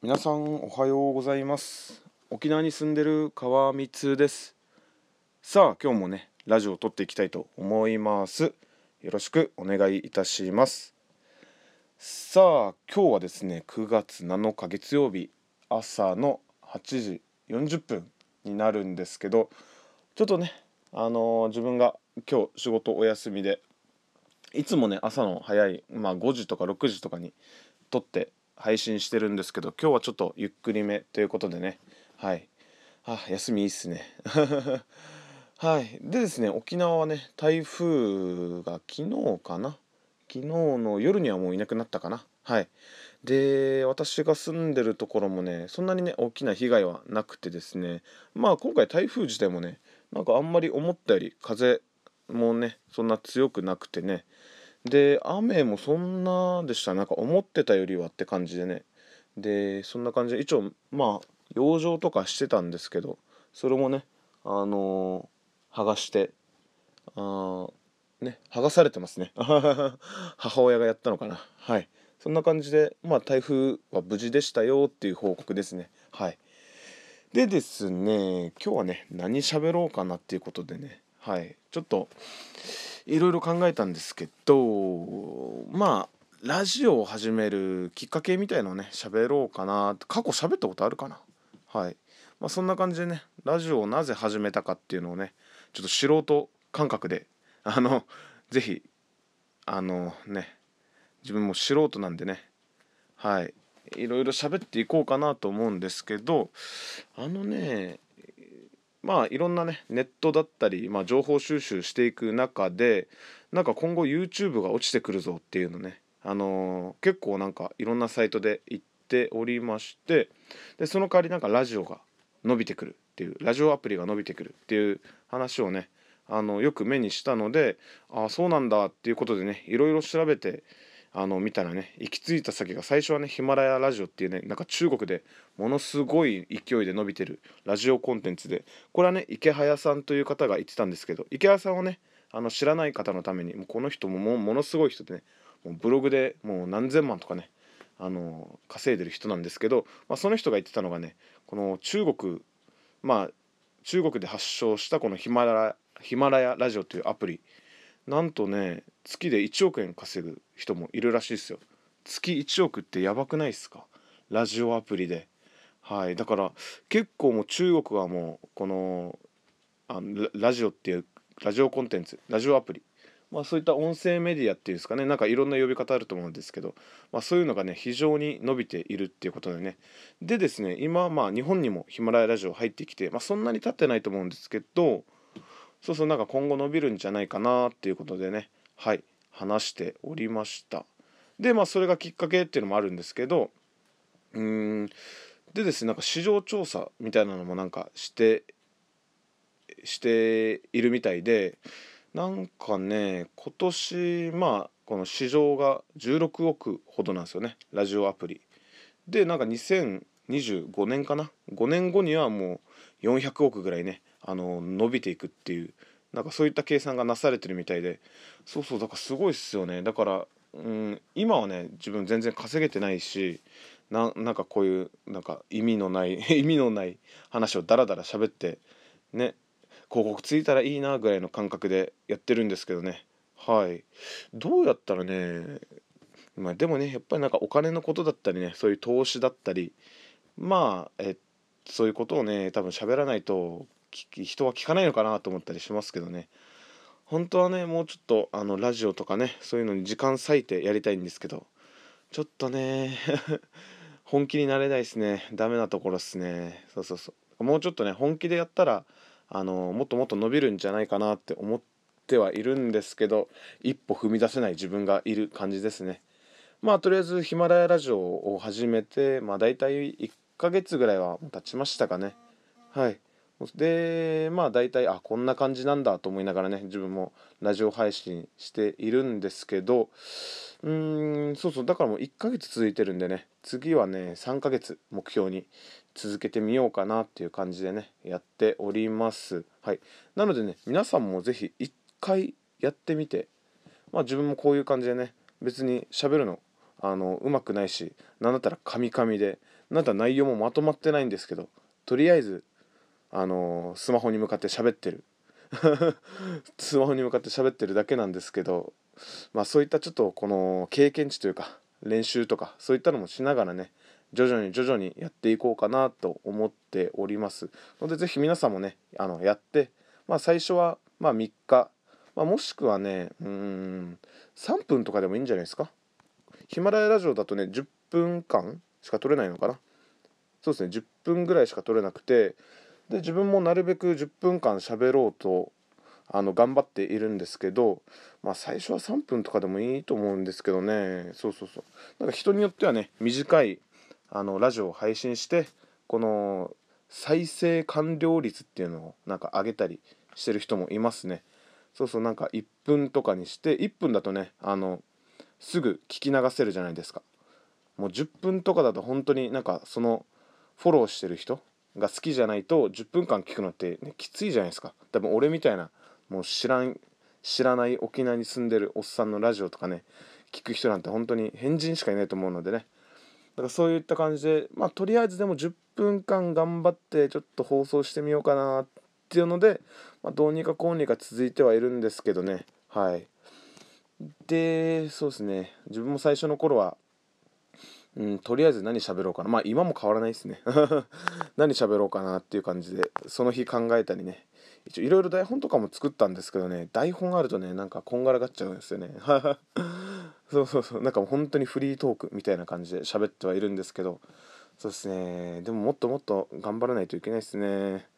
皆さんおはようございます。沖縄に住んでる川光です。さあ今日もねラジオを撮っていきたいと思います。よろしくお願いいたします。さあ今日はですね9月7日月曜日朝の8時40分になるんですけど、ちょっとね自分が今日仕事お休みで、いつもね朝の早い5時とか6時とかに撮って配信してるんですけど、今日はちょっとゆっくりめということでね、休みいいっすね。でですね、沖縄はね台風が昨日の夜にはもういなくなったかな。で、私が住んでるところもねそんなにね大きな被害はなくてですね、今回台風自体もねなんかあんまり思ったより風もねそんな強くなくてね、で雨もそんなでした。なんか思ってたよりはって感じでね、でそんな感じで一応養生とかしてたんですけど、それもね剥がして剥がされてますね。母親がやったのかな。そんな感じで台風は無事でしたよっていう報告ですね。でですね、今日はね何喋ろうかなっていうことでね、ちょっといろいろ考えたんですけど、ラジオを始めるきっかけみたいのをね喋ろうかな。過去喋ったことあるかな。そんな感じでねラジオをなぜ始めたかっていうのをねちょっと素人感覚でぜひ自分も素人なんでね、いろいろ喋っていこうかなと思うんですけど、いろんなねネットだったり、情報収集していく中でなんか今後 YouTube が落ちてくるぞっていうのね、結構なんかいろんなサイトで言っておりまして、でその代わりなんかラジオが伸びてくるっていう、ラジオアプリが伸びてくるっていう話をねよく目にしたので、そうなんだっていうことでねいろいろ調べて見たらね、行き着いた先が最初はねヒマラヤラジオっていうね、なんか中国でものすごい勢いで伸びてるラジオコンテンツで、これはね池早さんという方が言ってたんですけど、池早さんはね知らない方のために、もうこの人もものすごい人でね、もうブログでもう何千万とかね稼いでる人なんですけど、その人が言ってたのがね、この中国で発祥したこのヒマラヤラジオというアプリ、なんとね月で1億円稼ぐ人もいるらしいですよ。月1億ってやばくないですか、ラジオアプリで。だから結構もう中国はもうこのラジオっていうラジオコンテンツ、ラジオアプリ、そういった音声メディアっていうんですかね、なんかいろんな呼び方あると思うんですけど、そういうのがね非常に伸びているっていうことでね、でですね今日本にもヒマラヤラジオ入ってきて、そんなに経ってないと思うんですけど、なんか今後伸びるんじゃないかなっていうことでね、話しておりました。でそれがきっかけっていうのもあるんですけど、でですね、なんか市場調査みたいなのもなんかしているみたいで、なんかね今年この市場が16億ほどなんですよね、ラジオアプリで。なんか2025年かな、5年後にはもう400億ぐらいね伸びていくっていう、なんかそういった計算がなされてるみたいで、だからすごいっすよね。だから今はね自分全然稼げてないし、なんかこういうなんか意味のない意味のない話をダラダラ喋ってね、広告ついたらいいなぐらいの感覚でやってるんですけどね。どうやったらね、でもねやっぱりなんかお金のことだったりね、そういう投資だったり、そういうことをね多分喋らないと人は聞かないのかなと思ったりしますけどね。本当はねもうちょっとラジオとかねそういうのに時間割いてやりたいんですけど、ちょっとね本気になれないですね。ダメなところっすね。もうちょっとね本気でやったらもっともっと伸びるんじゃないかなって思ってはいるんですけど、一歩踏み出せない自分がいる感じですね。とりあえずヒマラヤラジオを始めてだいたい1ヶ月ぐらいは経ちましたかね。でだいたいこんな感じなんだと思いながらね自分もラジオ配信しているんですけど、だからもう1ヶ月続いてるんでね、次はね3ヶ月目標に続けてみようかなっていう感じでねやっております。なのでね皆さんもぜひ1回やってみて、自分もこういう感じでね別に喋るのうまくないし、なんだったらカミカミで、なんだったら内容もまとまってないんですけど、とりあえずスマホに向かって喋ってるスマホに向かって喋ってるだけなんですけど、そういったちょっとこの経験値というか練習とかそういったのもしながらね、徐々にやっていこうかなと思っておりますので、ぜひ皆さんもねやって、最初は3日、もしくはね3分とかでもいいんじゃないですか。ヒマラヤラジオだとね10分間しか撮れないのかな。そうですね、10分ぐらいしか撮れなくて、で自分もなるべく10分間喋ろうと頑張っているんですけど、最初は3分とかでもいいと思うんですけどね。なんか人によってはね、短いラジオを配信して、この再生完了率っていうのをなんか上げたりしてる人もいますね。なんか1分とかにして、1分だとねすぐ聞き流せるじゃないですか。もう10分とかだと本当になんかそのフォローしてる人が好きじゃないと10分間聞くのって、ね、きついじゃないですか。多分俺みたいなもう知らない沖縄に住んでるおっさんのラジオとかね聞く人なんて本当に変人しかいないと思うのでね。だからそういった感じでとりあえずでも10分間頑張ってちょっと放送してみようかなっていうので、どうにかこうにか続いてはいるんですけどね。はい。でそうですね、自分も最初の頃はとりあえず何喋ろうかな。今も変わらないですね。何喋ろうかなっていう感じで、その日考えたりね。一応いろいろ台本とかも作ったんですけどね、台本あるとね、なんかこんがらがっちゃうんですよね。なんかもう本当にフリートークみたいな感じで喋ってはいるんですけど、そうですね。でももっともっと頑張らないといけないですね。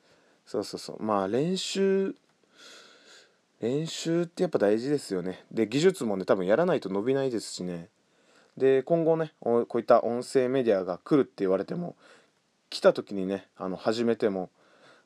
練習ってやっぱ大事ですよね。で、技術もね、多分やらないと伸びないですしね。で今後ねこういった音声メディアが来るって言われても、来た時にね始めても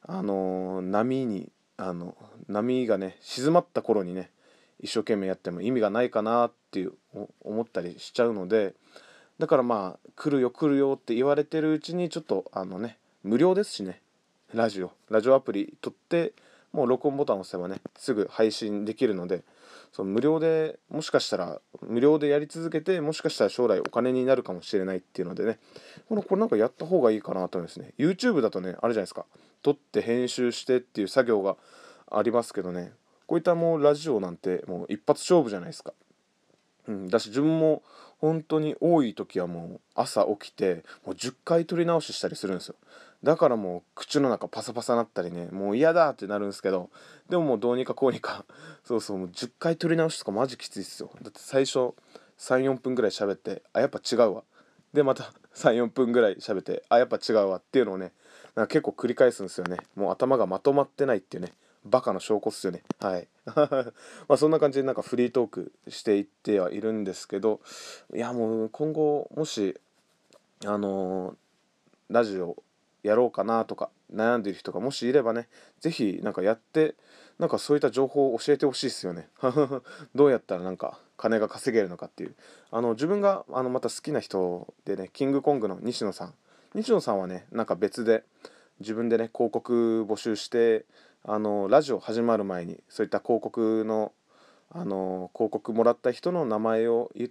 波がね静まった頃にね一生懸命やっても意味がないかなっていう思ったりしちゃうので、だから来るよ来るよって言われてるうちにちょっと無料ですしね、ラジオアプリ取ってもう録音ボタンを押せばねすぐ配信できるので、無料でもしかしたら無料でやり続けて、もしかしたら将来お金になるかもしれないっていうのでね、これなんかやった方がいいかなと思いますね。 YouTube だとねあれじゃないですか、撮って編集してっていう作業がありますけどね、こういったもうラジオなんてもう一発勝負じゃないですか。だし自分も本当に多い時はもう朝起きてもう10回撮り直ししたりするんですよ。だからもう口の中パサパサなったりね、もう嫌だってなるんですけど、でももうどうにかこうにかもう10回撮り直しとかマジきついっすよ。だって最初3、4分ぐらい喋って、やっぱ違うわ。でまた3、4分ぐらい喋って、やっぱ違うわっていうのをね、なんか結構繰り返すんですよね。もう頭がまとまってないっていうね、バカの証拠っすよね。はい。そんな感じでなんかフリートークしていってはいるんですけど、いやもう今後もしあのーラジオやろうかなとか悩んでる人がもしいればね、ぜひなんかやって、なんかそういった情報を教えてほしいですよね。どうやったらなんか金が稼げるのかっていう、自分がまた好きな人でね、キングコングの西野さんはねなんか別で自分でね広告募集して、ラジオ始まる前にそういった広告の広告もらった人の名前を言って、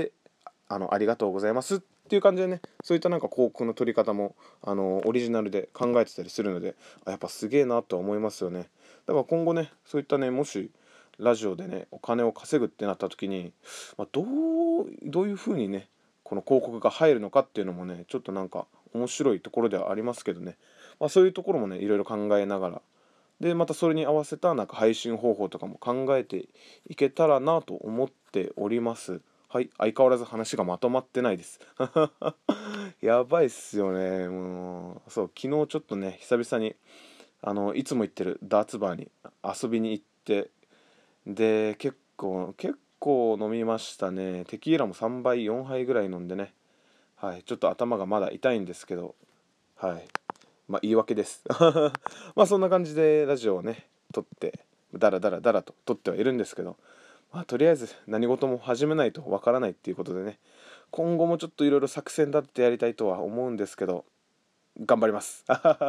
ありがとうございますっていう感じでね、そういったなんか広告の取り方もオリジナルで考えてたりするので、やっぱすげえなとは思いますよね。だから今後ねそういったね、もしラジオでねお金を稼ぐってなった時に、どういう風にねこの広告が入るのかっていうのもね、ちょっとなんか面白いところではありますけどね、そういうところもねいろいろ考えながら、でまたそれに合わせたなんか配信方法とかも考えていけたらなと思っております。はい、相変わらず話がまとまってないです。やばいっすよね。もう昨日ちょっとね久々にいつも行ってるダーツバーに遊びに行って、で結構飲みましたね。テキーラも3杯4杯ぐらい飲んでね、はい、ちょっと頭がまだ痛いんですけど、はい、言い訳です。そんな感じでラジオをね撮ってダラダラダラと撮ってはいるんですけど、とりあえず何事も始めないとわからないっていうことでね、今後もちょっといろいろ作戦立ってやりたいとは思うんですけど、頑張ります。はい、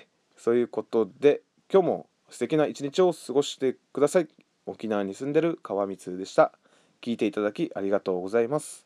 そういうことで今日も素敵な一日を過ごしてください。沖縄に住んでる川光でした。聞いていただきありがとうございます。